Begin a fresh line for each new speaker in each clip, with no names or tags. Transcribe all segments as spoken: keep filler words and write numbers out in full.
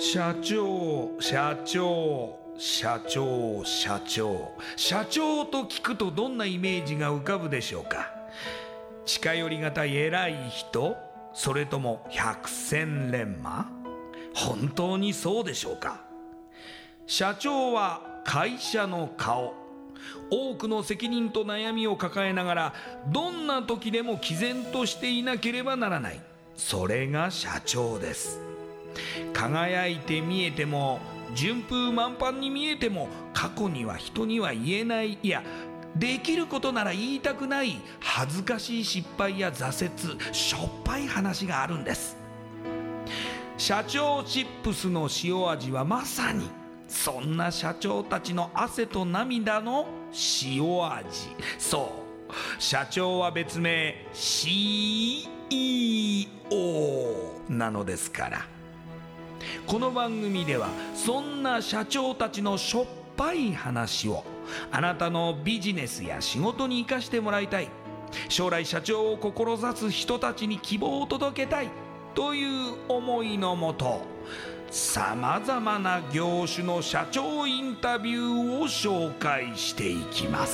社長社長社長社長社長と聞くとどんなイメージが浮かぶでしょうか。近寄りがたい偉い人、それとも百戦錬磨。本当にそうでしょうか。社長は会社の顔、多くの責任と悩みを抱えながらどんな時でも毅然としていなければならない、それが社長です。輝いて見えても順風満帆に見えても、過去には人には言えない、いやできることなら言いたくない恥ずかしい失敗や挫折、しょっぱい話があるんです。社長チップスの塩味はまさにそんな社長たちの汗と涙の塩味。そう社長は別名 シーイーオー なのですから。この番組ではそんな社長たちのしょっぱい話をあなたのビジネスや仕事に生かしてもらいたい、将来社長を志す人たちに希望を届けたいという思いのもと、さまざまな業種の社長インタビューを紹介していきます。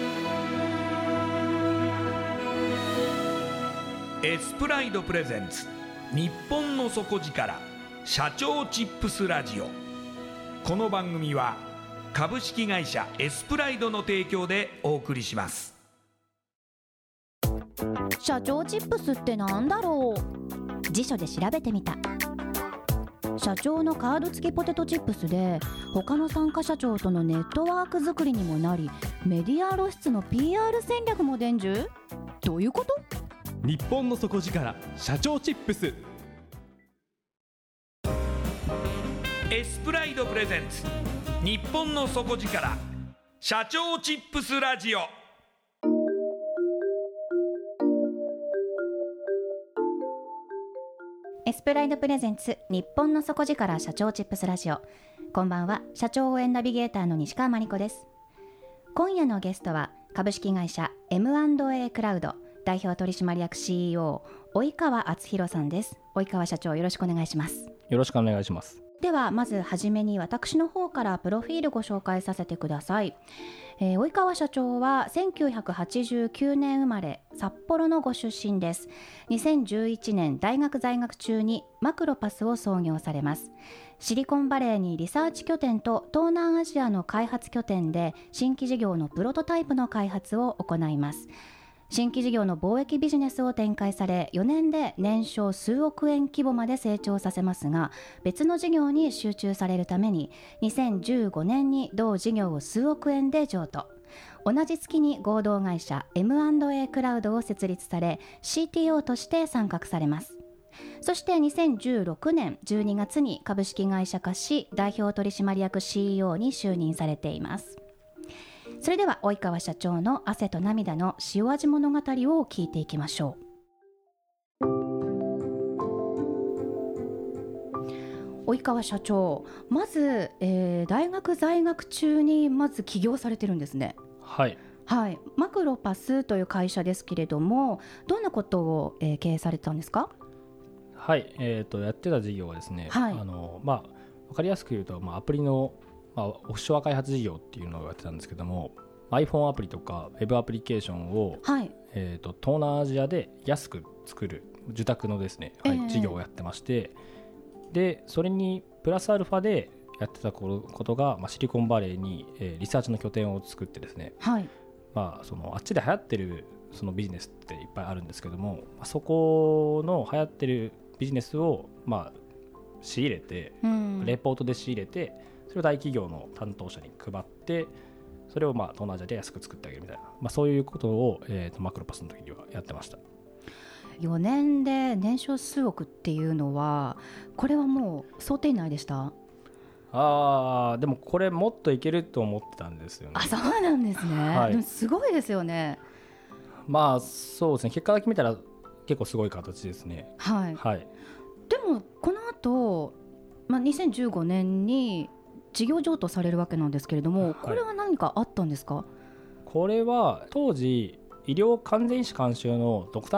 エスプライドプレゼンツ日本の底力社長チップスラジオ。この番組は株式会社エスプライドの提供でお送りします。
社長チップスってなんだろう。辞書で調べてみた。社長のカード付きポテトチップスで、他の参加社長とのネットワーク作りにもなり、メディア露出の ピーアール 戦略も伝授。どういうこと？
日本の底力社長チップス。
エスプライドプレゼンツ日本の底力社長チップスラジオ。
エスプライドプレゼンツ日本の底力社長チップスラジオ。こんばんは、社長応援ナビゲーターの西川真理子です。今夜のゲストは株式会社 エムアンドエー クラウド代表取締役 シーイーオー 及川敦弘さんです。及川社長、よろしくお願いします。
よろしくお願いします。
ではまずはじめに私の方からプロフィールご紹介させてください。えー、及川社長はせんきゅうひゃくはちじゅうきゅうねん生まれ、札幌のご出身です。にせんじゅういちねん大学在学中にマクロパスを創業されます。シリコンバレーにリサーチ拠点と東南アジアの開発拠点で新規事業のプロトタイプの開発を行います。新規事業の貿易ビジネスを展開され、よねんで年商数億円規模まで成長させますが、別の事業に集中されるためににせんじゅうごねんに同事業を数億円で譲渡。同じ月に合同会社 エムアンドエー クラウドを設立され、 シーティーオー として参画されます。そしてにせんじゅうろくねんじゅうにがつに株式会社化し、代表取締役 シーイーオー に就任されています。それでは及川社長の汗と涙の塩味物語を聞いていきましょう。及川社長、まず、えー、大学在学中にまず起業されてるんですね。
はい、
はい、マクロパスという会社ですけれども、どんなことを、えー、経営されてたんですか？
はい、えー、とやってた事業はですね、
はい、
あのまあ、分かりやすく言うと、まあ、アプリの、まあ、オフショア開発事業っていうのをやってたんですけども、 iPhone アプリとか Web アプリケーションを、はい、えー、と東南アジアで安く作る受託のですね、はい、えー、事業をやってまして、でそれにプラスアルファでやってたことが、まあ、シリコンバレーに、えー、リサーチの拠点を作ってですね、はい、まあ、そのあっちで流行ってるそのビジネスっていっぱいあるんですけども、まあ、そこの流行ってるビジネスを、まあ、仕入れて、うん、レポートで仕入れて、それを大企業の担当者に配って、それをまあ東南アジアで安く作ってあげるみたいな、まあ、そういうことを、えー、とマクロパスの時にはやってました。
よねんで年商数億っていうのは、これはもう想定内でした？
あー、でもこれもっといけると思ってたんですよね。
あ、そうなんですね、はい、でもすごいですよね。
まあそうですね、結果だけ見たら結構すごい形ですね。
はい、はい、でもこの後、まあ、にせんじゅうごねんに事業譲渡されるわけなんですけれども、はい、これは何かあったんですか？
これは当時医療完全医師監修のドクターノー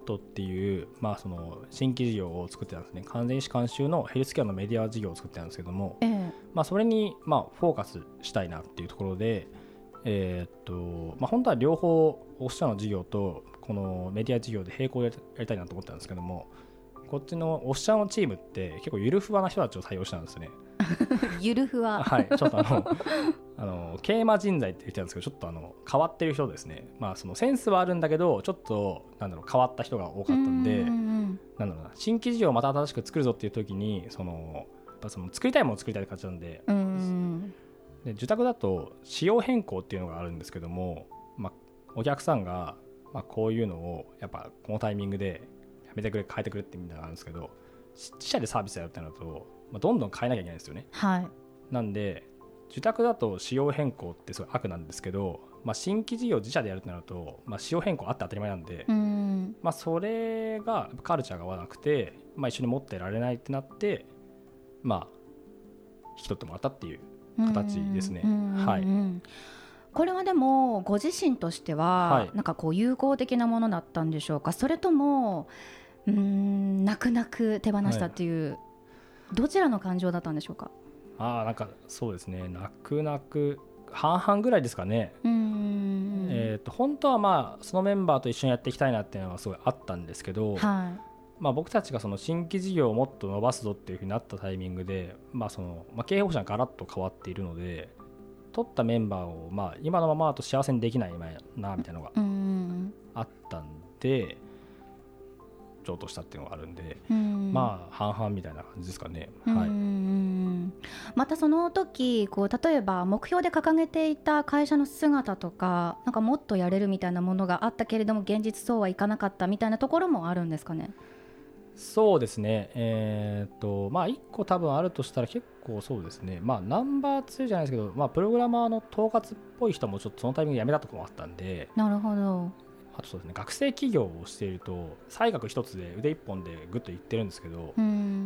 トっていう、まあ、その新規事業を作ってたんですね。完全医師監修のヘルスケアのメディア事業を作ってたんですけども、えーまあ、それにまあフォーカスしたいなっていうところで、えーっとまあ、本当は両方オフィシャの事業とこのメディア事業で並行でやりたいなと思ったんですけども、こっちのオフィシャのチームって結構ゆるふわな人たちを採用したんですね。
ゆるふわ、
はい、ちょっとあのあの桂馬人材って言ってたんですけど、ちょっとあの変わってる人ですね。まあそのセンスはあるんだけどちょっとなんだろう変わった人が多かったんで、なんだろうな、新規事業をまた新しく作るぞっていう時にそのやっぱその作りたいものを作りたいって感じなんで、うんで受託だと仕様変更っていうのがあるんですけども、まあ、お客さんが、まあ、こういうのをやっぱこのタイミングでやめてくれ変えてくれってみたいなのがあるんですけど、自社でサービスやるってなると、まあ、どんどん変えなきゃいけないんですよね。はい、なんで受託だと仕様変更ってすごい悪なんですけど、まあ、新規事業を自社でやるってなると、まあ、仕様変更あって当たり前なんで、うんまあ、それがカルチャーが合わなくて、まあ、一緒に持ってられないってなって、まあ、引き取ってもらったっていう形ですね。はい、
これはでもご自身としては、はい、なんかこう有効的なものだったんでしょうか、それともうーん泣く泣く手放したっていう、はい、どちらの感情だったんでしょうか。
あなんかそうですね、泣く泣く半々ぐらいですかね。うーん、えー、と本当はまあそのメンバーと一緒にやっていきたいなっていうのはすごいあったんですけど、はいまあ、僕たちがその新規事業をもっと伸ばすぞっていうふうになったタイミングで、まあそのまあ、経営方針がガラッと変わっているので、取ったメンバーをまあ今のままだと幸せにできないなみたいなのがあったんで譲渡したっていうのがあるんで、んまあ半々みたいな感じですかね。はい、
うんまたその時こう例えば目標で掲げていた会社の姿とか、なんかもっとやれるみたいなものがあったけれども現実そうはいかなかったみたいなところもあるんですかね。
そうですね、えーっとまあ、いっこ多分あるとしたら結構そうですね、まあ、ナンバーツーじゃないですけど、まあ、プログラマーの統括っぽい人もちょっとそのタイミングで辞めたところもあったんで。
なるほど。
あとそうですね、学生起業をしていると才学一つで腕一本でグッといってるんですけど、うん、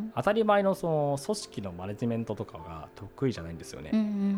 当たり前のその組織のマネジメントとかが得意じゃないんですよね。うんうんうんうん、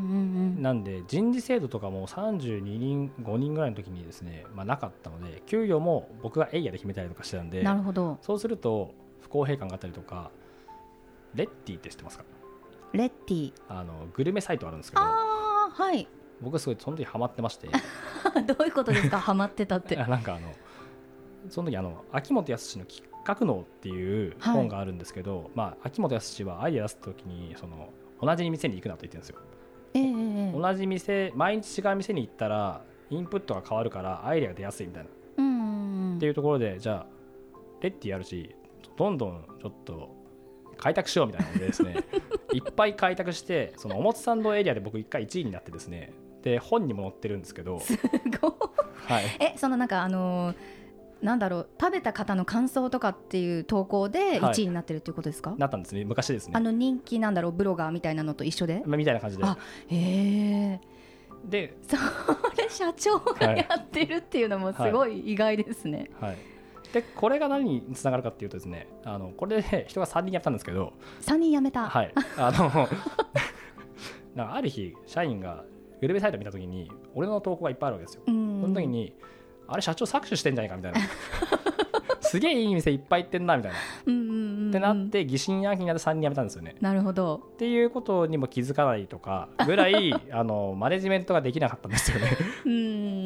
なんで人事制度とかもさんじゅうににんごにんぐらいの時にですね、まあ、なかったので給与も僕がエイヤで決めたりとかしてたんで。
なるほど。
そうすると不公平感があったりとか、レッティって知ってますか。
レッティ
あのグルメサイトあるんですけど、
あ、はい、
僕すごいその時ハマってまして
どういうことですかハマってたって
なんかあのその時あの秋元康の企画脳っていう本があるんですけど、はいまあ、秋元康はアイデア出す時にその同じ店に行くなと言ってるんですよ、えー、同じ店毎日違う店に行ったらインプットが変わるからアイデアが出やすいみたいな、うんうんうん、っていうところでじゃあレッティやるしどんどんちょっと開拓しようみたいなのでですねいっぱい開拓してその表参道エリアで僕いっかいいちいになってですね、で本にも載ってるんですけど
すごい、はい、えそのなんかあのー、なんだろう食べた方の感想とかっていう投稿でいちいになってるっていうことですか。はい、
なったんですね昔ですね。
あの人気なんだろうブロガーみたいなのと一緒で
みたいな感じで。あへ
えでそれ社長がやってるっていうのもすごい意外ですね。はい、はい
でこれが何につながるかっていうとですね、あのこれで人がさんにん辞めたんですけど
さんにん辞めた、
はい、あのなんかある日社員がグルメサイト見た時に俺の投稿がいっぱいあるわけですよ。その時にあれ社長搾取してんじゃないかみたいなすげえいい店いっぱい行ってんなみたいなうんうんうん、うん、ってなって疑心暗鬼になってさんにん辞めたんですよね。
なるほど。
っていうことにも気づかないとかぐらいあのマネジメントができなかったんですよねうん、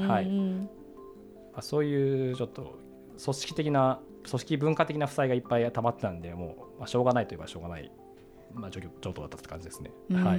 はい、まあ、そういうちょっと組織的な組織文化的な負債がいっぱい溜まってたんでもう、まあ、しょうがないといえばしょうがない、まあ、状況だったって感じですね。はい、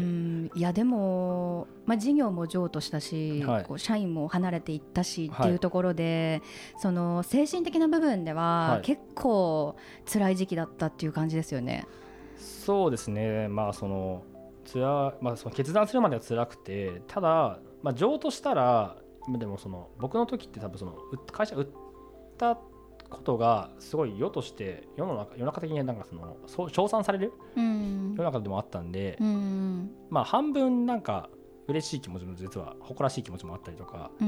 いやでも、まあ、事業も譲渡したし、はい、こう社員も離れていったしっていうところで、はい、その精神的な部分では結構辛い時期だったっていう感じですよね。はい、
そうですね、まあそのつら、まあ、その決断するまでは辛くて、ただ、まあ、譲渡したらでもその僕の時って多分その会社売ったことがすごい世として世の中世の中的になんかそのそう称賛される世の中でもあったんで、うん、まあ半分なんか嬉しい気持ちも実は誇らしい気持ちもあったりとか、うんうん、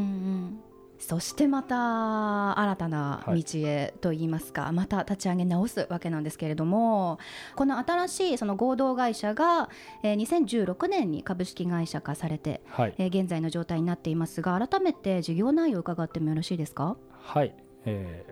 そしてまた新たな道へといいますか、はい、また立ち上げ直すわけなんですけれども、この新しいその合同会社が、えー、にせんじゅうろくねんに株式会社化されて、はい、えー、現在の状態になっていますが、改めて事業内容を伺ってもよろしいですか。
はい、えー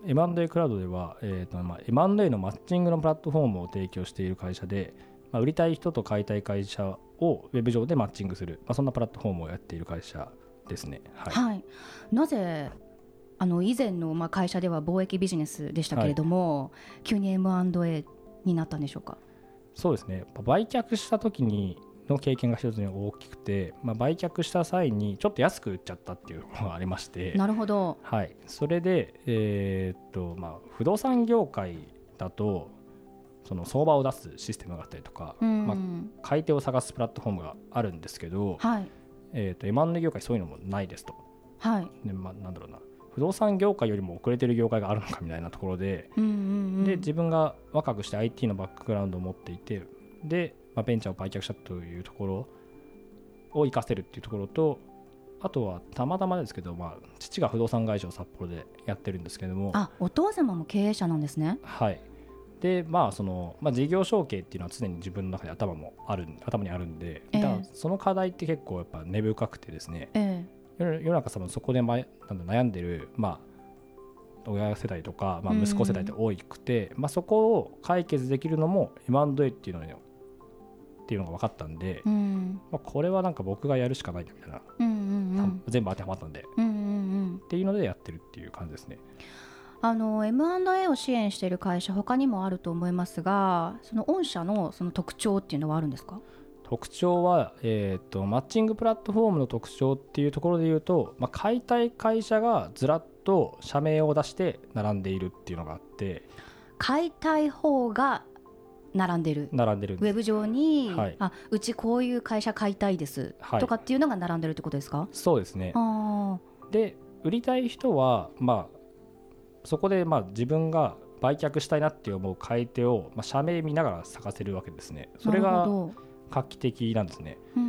エムアンドエー クラウドでは、えーとまあ、エムアンドエー のマッチングのプラットフォームを提供している会社で、まあ、売りたい人と買いたい会社をウェブ上でマッチングする、まあ、そんなプラットフォームをやっている会社ですね。はい
はい、なぜあの以前のまあ会社では貿易ビジネスでしたけれども、はい、急に エムアンドエー になったんでしょうか。
そうですね、売却した時にの経験が一つに大きくて、まあ、売却した際にちょっと安く売っちゃったっていうのがありまして。
なるほど、
はい、それで、えーっとまあ、不動産業界だとその相場を出すシステムがあったりとか、まあ、買い手を探すプラットフォームがあるんですけど、はい、えーっと エムアンドエー 業界そういうのもないですと、はいでまあ、なんだろうな不動産業界よりも遅れてる業界があるのかみたいなところで、うんうんうん、で自分が若くして アイティー のバックグラウンドを持っていてで、まあ、ベンチャーを売却したというところを活かせるっていうところと、あとはたまたまですけど、まあ、父が不動産会社を札幌でやってるんですけども。
あ、お父様も経営者なんですね。
はいでまあそのまあ、事業承継っていうのは常に自分の中で頭もある頭にあるんで、えー、だからその課題って結構やっぱ根深くてですね、えー世の中さんもそこで、ま、なんだ悩んでる、まあ、親世代とか、まあ、息子世代って多くて、まあ、そこを解決できるのも エムアンドエー っていうのにっていうのが分かったんで、うんまあ、これはなんか僕がやるしかないみたいな、うんうんうん、全部当てはまったんで、うんうんうん、っていうのでやってるっていう感じですね。
あの エムアンドエー を支援している会社他にもあると思いますが、その御社のその特徴っていうのはあるんですか？
特徴は、えー、とマッチングプラットフォームの特徴っていうところで言うと、まあ、買いたい会社がずらっと社名を出して並んでいるっていうのがあって。
買いたい方が並んでる
並んでるんです。
ウェブ上に、はい、あうちこういう会社買いたいです、はい、とかっていうのが並んでるってことですか？
そうですね。で売りたい人は、まあ、そこでまあ自分が売却したいなって思う買い手を、まあ、社名見ながら探せるわけですね。それが画期的なんですね、うんうんうん、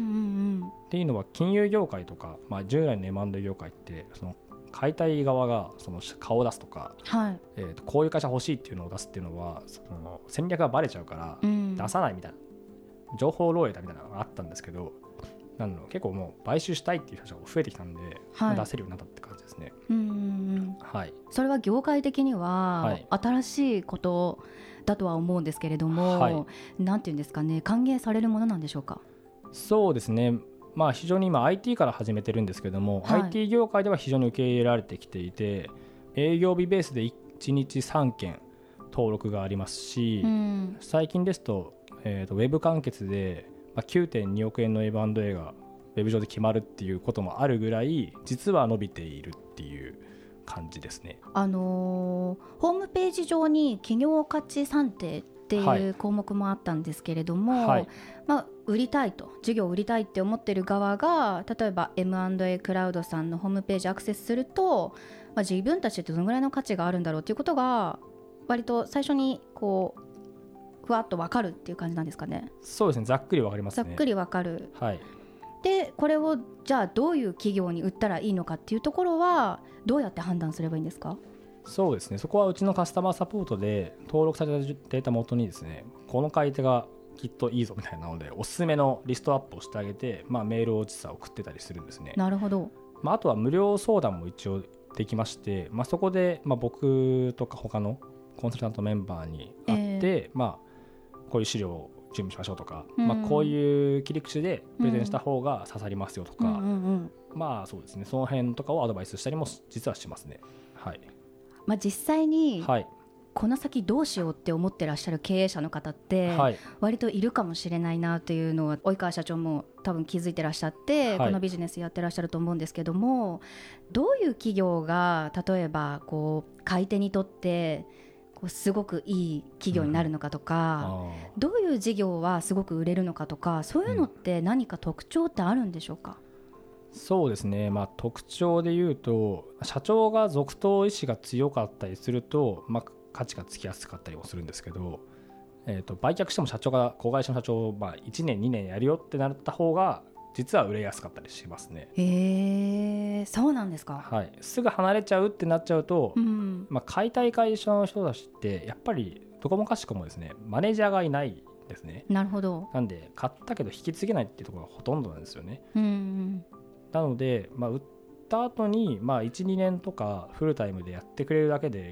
っていうのは金融業界とか、まあ、従来の エムアンドエー 業界ってその買いたい側がその顔を出すとか、はいえー、とこういう会社欲しいっていうのを出すっていうのはその戦略がバレちゃうから出さないみたいな、うん、情報漏洩だみたいなのがあったんですけど、なんの結構もう買収したいっていう人が増えてきたんで、はい、出せるようになったって感じですね。うんうんうん
はい、それは業界的には新しいことだとは思うんですけれども、はい、なんていうんですかね、歓迎されるものなんでしょうか？
そうですね、まあ、非常に今 アイティー から始めてるんですけども、はい、アイティー 業界では非常に受け入れられてきていて、営業日ベースでいちにちさんけん登録がありますし、うん、最近ですと、えーと、ウェブ完結で、まあ、きゅうてんにおくえんの エムアンドエー がウェブ上で決まるっていうこともあるぐらい実は伸びているっていう感じですね。
あのー、ホームページ上に企業価値算定っていう項目もあったんですけれども、はいまあ、売りたいと事業を売りたいって思ってる側が例えば エムアンドエー クラウドさんのホームページアクセスすると、まあ、自分たちってどのぐらいの価値があるんだろうっていうことが割と最初にこうふわっと分かるっていう感じなんですかね？
そうですね、ざっくり分かりますね。
ざっくり分かる、
はい、
でこれをじゃあどういう企業に売ったらいいのかっていうところはどうやって判断すればいいんですか？
そうですね、そこはうちのカスタマーサポートで登録されたデータ元にですね、この買い手がきっといいぞみたいなのでおすすめのリストアップをしてあげて、まあ、メールを実は送ってたりするんですね。
なるほど、
まあ、あとは無料相談も一応できまして、まあ、そこでまあ僕とか他のコンサルタントメンバーに会って、えーまあ、こういう資料を準備しましょうとか、うんまあ、こういう切り口でプレゼンした方が刺さりますよとか、うんうんうんうん、まあそうですね、その辺とかをアドバイスしたりも実はしますね。はい
まあ、実際にこの先どうしようって思ってらっしゃる経営者の方って割といるかもしれないなというのは及川社長も多分気づいてらっしゃって、はい、このビジネスやってらっしゃると思うんですけども、どういう企業が例えばこう買い手にとってこうすごくいい企業になるのかとか、うん、どういう事業はすごく売れるのかとか、そういうのって何か特徴ってあるんでしょうか？
そうですね、まあ、特徴でいうと社長が続投意志が強かったりすると、まあ、価値がつきやすかったりもするんですけど、えーと、売却しても社長が子会社の社長をまあいちねんにねんやるよってなった方が実は売れやすかったりしますね。
へー、そうなんですか？
はい、すぐ離れちゃうってなっちゃうと、うんまあ、買いたい会社の人たちってやっぱりどこもかしこもですねマネージャーがいないですね。
なるほど。
なんで買ったけど引き継げないっていうところがほとんどなんですよね。うんうんなので、まあ、売った後にまあいちにねんとかフルタイムでやってくれるだけで結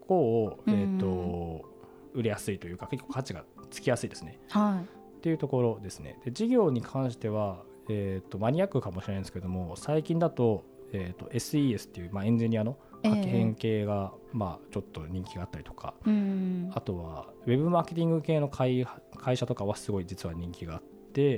こを、えーと、売れやすいというか結構価値がつきやすいですね、
はい、
っていうところですね。で事業に関しては、えーと、マニアックかもしれないんですけども、最近だと、えーと、エスイーエス っていう、まあ、エンジニアの派遣系が、えーまあ、ちょっと人気があったりとか、うん、あとはウェブマーケティング系の 会, 会社とかはすごい実は人気があって、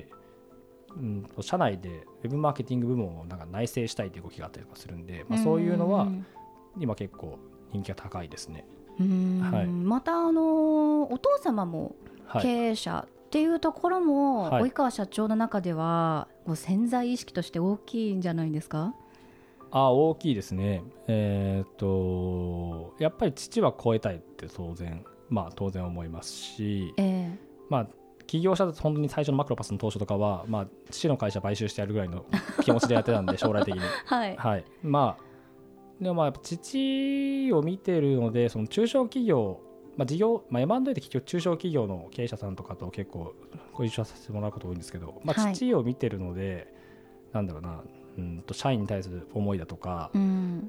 うん、社内でウェブマーケティング部門をなんか内製したいという動きがあったりとかするんで、まあ、そういうのは今結構人気が高いですね。
うん、はい、またあのお父様も経営者っていうところも、はい、及川社長の中ではもう潜在意識として大きいんじゃないですか？
あ、大きいですね。えー、っとやっぱり父は超えたいって当然、まあ、当然思いますし、えーまあ、起業した本当に最初のマクロパスの当初とかは、まあ、父の会社買収してやるぐらいの気持ちでやってたんで将来的に、はいはい、まあでもまあやっぱ父を見てるので、その中小企業、まあ、事業、まあ、エムアンドエー って結局中小企業の経営者さんとかと結構ご一緒させてもらうこと多いんですけど、まあ、父を見てるので、はい、なんだろうな、うんと社員に対する思いだとか、うん、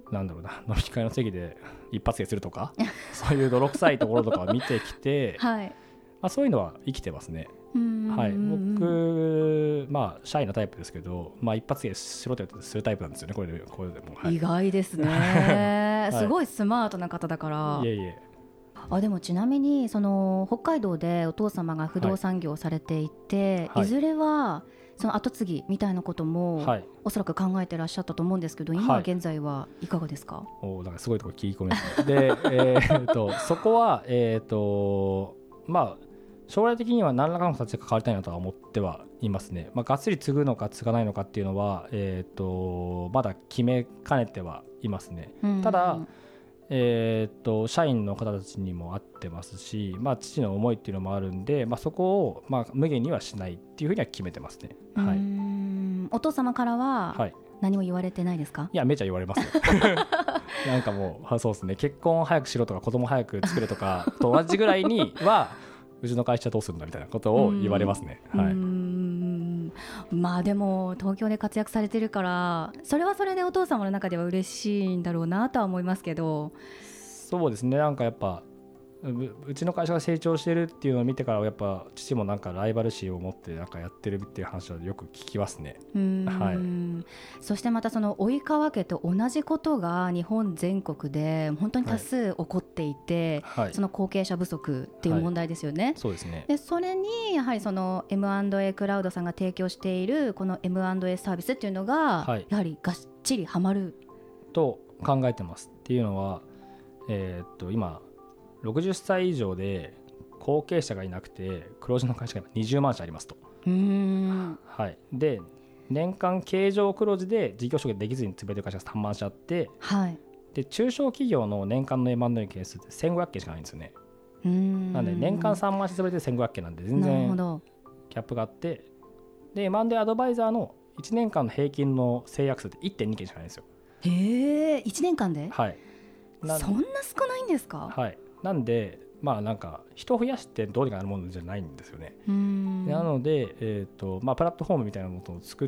なんだろうな、飲み会の席で一発芸するとかそういう泥臭いところとかを見てきて、はい、まあ、そういうのは生きてますね。はい、僕、まあ、シャイなタイプですけど、まあ、一発芸しろとやってするタイプなんですよね。これでこれでも、はい、
意外ですね、はい、すごいスマートな方だから。
いえいえ。
あでもちなみにその北海道でお父様が不動産業をされていて、はい、いずれはその後継ぎみたいなことも、はい、おそらく考えてらっしゃったと思うんですけど、今現在はいかがですか？はい、
おなんかすごいところ聞き込みますね。で、えー、とそこは、えーとまあ、将来的には何らかの形で関わりたいなとは思ってはいますね。まあ、がっつり継ぐのか継がないのかっていうのは、えー、とまだ決めかねてはいますね。ただ、えー、と社員の方たちにも合ってますし、まあ、父の思いっていうのもあるんで、まあ、そこを、まあ、無限にはしないっていうふうには決めてますね。はい、うー
ん、お父様からは何も言われてないですか？
いや、めちゃ言われますよなんかもうそうですね、結婚早くしろとか子供早く作れとかと同じぐらいにはうちの会社どうするんだみたいなことを言われますね。はい、うー
ん、まあでも東京で活躍されてるからそれはそれでお父様の中では嬉しいんだろうなとは思いますけど。
そうですね、なんかやっぱ う, うちの会社が成長してるっていうのを見てからやっぱ父もなんかライバル視を持ってなんかやってるっていう話はよく聞きますね。
うーん、はい、そしてまたその及川家と同じことが日本全国で本当に多数起こっていて、はい、その後継者不足っていう問題ですよね。はい、
そうですね。
でそれにやはりその エムアンドエー クラウドさんが提供しているこの エムアンドエー サービスっていうのが、はい、やはりがっちりはまる
と考えてます。っていうのは、えー、っと今ろくじゅっさい以上で後継者がいなくて黒字の会社がにじゅうまん社ありますと。うーん、はい、で年間経常黒字で事業承継できずに潰れてる会社がさんまん社あって、はい、で中小企業の年間の エムアンドエー 件数ってせんごひゃくけんしかないんですよね。うーん、なんで年間さんまん社潰れてせんごひゃくけんなんで全然キャップがあって、で エムアンドエー アドバイザーのいちねんかんの平均の制約数って いってんにけんしかないんですよ。
へえ、いちねんかんで？
はい、
そんな少ないんですか？
はい、なんでまあなんか人を増やしてどうにかなるものじゃないんですよね。うーん、なので、えーとまあ、プラットフォームみたいなものを作って、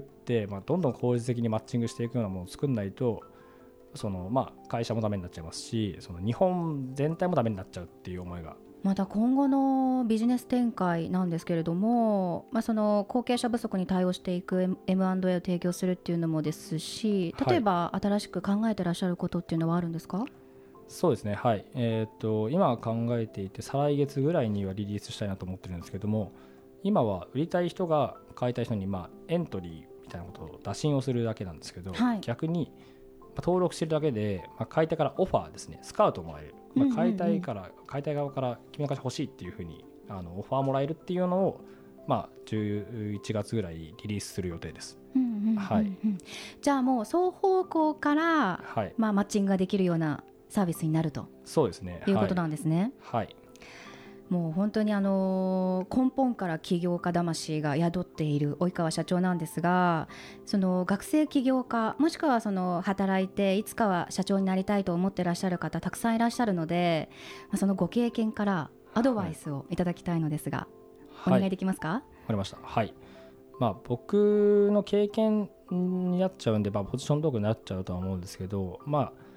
まあ、どんどん効率的にマッチングしていくようなものを作らないとその、まあ、会社もダメになっちゃいますし、その日本全体もダメになっちゃうっていう思いが。
また今後のビジネス展開なんですけれども、まあ、その後継者不足に対応していく エムアンドエー を提供するっていうのもですし、例えば新しく考えてらっしゃることっていうのはあるんですか？
そうですね、はい、えー、と今は考えていて再来月ぐらいにはリリースしたいなと思ってるんですけども、今は売りたい人が買いたい人にまあエントリーみたいなことを打診をするだけなんですけど、はい、逆に登録してるだけで、まあ、買いたいからオファーですね、スカウトをもらえる、まあ、買いたいから、うんうんうん、買いたい側から君の会社欲しいっていうふうにあのオファーもらえるっていうのを、まあ、じゅういちがつぐらいにリリースする予定です。うんうんうんうん、はい、
じゃあもう双方向から、はいまあ、マッチングができるようなサービスになると
そうですね
いうことなんですね。
はい、はい、
もう本当にあの根本から起業家魂が宿っている及川社長なんですが、その学生起業家もしくはその働いていつかは社長になりたいと思っていらっしゃる方たくさんいらっしゃるので、そのご経験からアドバイスをいただきたいのですが、はい、お願いできますか？わか
りました。はい、まあ、僕の経験になっちゃうんで、まあ、ポジショントークになっちゃうとは思うんですけど、まあ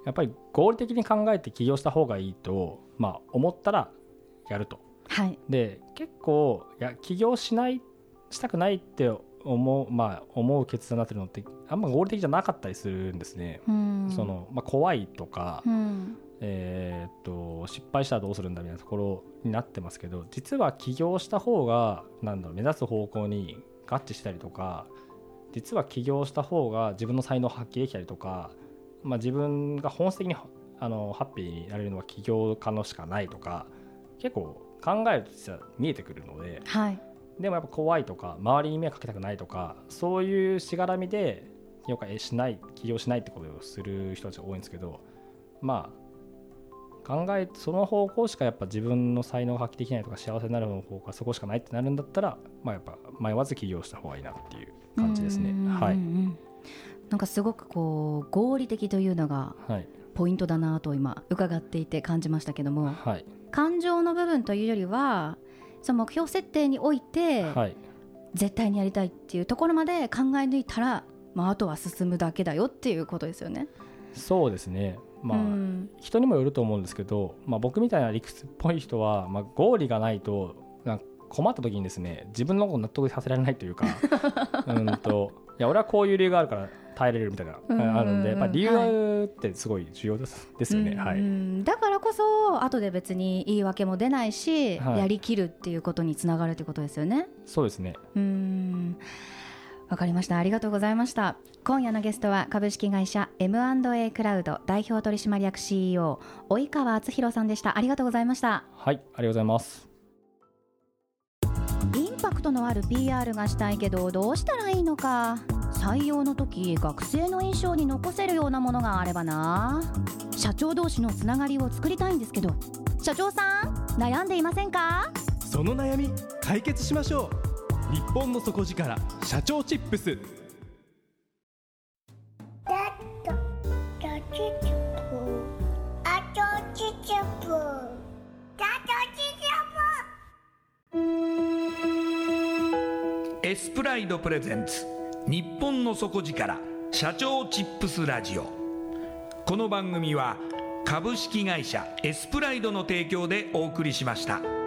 やっぱり合理的に考えて起業した方がいいと、まあ、思ったらやると、
はい、
で結構いや起業しないしたくないって思う、まあ、思う決断になってるのってあんま合理的じゃなかったりするんですね。そのまあ、怖いとか、うんえー、っと失敗したらどうするんだみたいなところになってますけど、実は起業した方がなんだろう目指す方向に合致したりとか、実は起業した方が自分の才能を発揮できたりとか、まあ、自分が本質的にあのハッピーになれるのは起業家のしかないとか結構考えると実は見えてくるので、
はい、
でもやっぱ怖いとか周りに迷惑かけたくないとかそういうしがらみで起業家しない起業しないってことをする人たちが多いんですけど、まあ考えその方向しかやっぱ自分の才能が発揮できないとか幸せになる方向がそこしかないってなるんだったら、まあ、やっぱ迷わず起業した方がいいなっていう感じですね。はい、
なんかすごくこう合理的というのがポイントだなと今伺っていて感じましたけども、はい、感情の部分というよりはその目標設定において、はい、絶対にやりたいっていうところまで考え抜いたら、まあ、あとは進むだけだよっていうことですよね。
そうですね、まあ、うん、人にもよると思うんですけど、まあ、僕みたいな理屈っぽい人は、まあ、合理がないとなんか困った時にですね自分のことを納得させられないというかうんといや俺はこういう理由があるから耐えれるみたいなあるんで、やっぱ理由ってすごい重要です、はい、ですよね、はい、
だからこそ後で別に言い訳も出ないし、はい、やりきるっていうことにつながるということですよね。
そうですね。
うーん、わかりました。ありがとうございました。今夜のゲストは株式会社 エムアンドエー クラウド代表取締役 シーイーオー 及川敦弘さんでした。ありがとうございました。
はい、ありがとうございます。
インパクトのある ピーアール がしたいけどどうしたらいいのか。採用の時学生の印象に残せるようなものがあればな。社長同士のつながりを作りたいんですけど、社長さん悩んでいませんか？
その悩み解決しましょう。日本の底力社長チップス。
エスプライドプレゼンツ日本の底力社長チップスラジオ。この番組は株式会社エスプライドの提供でお送りしました。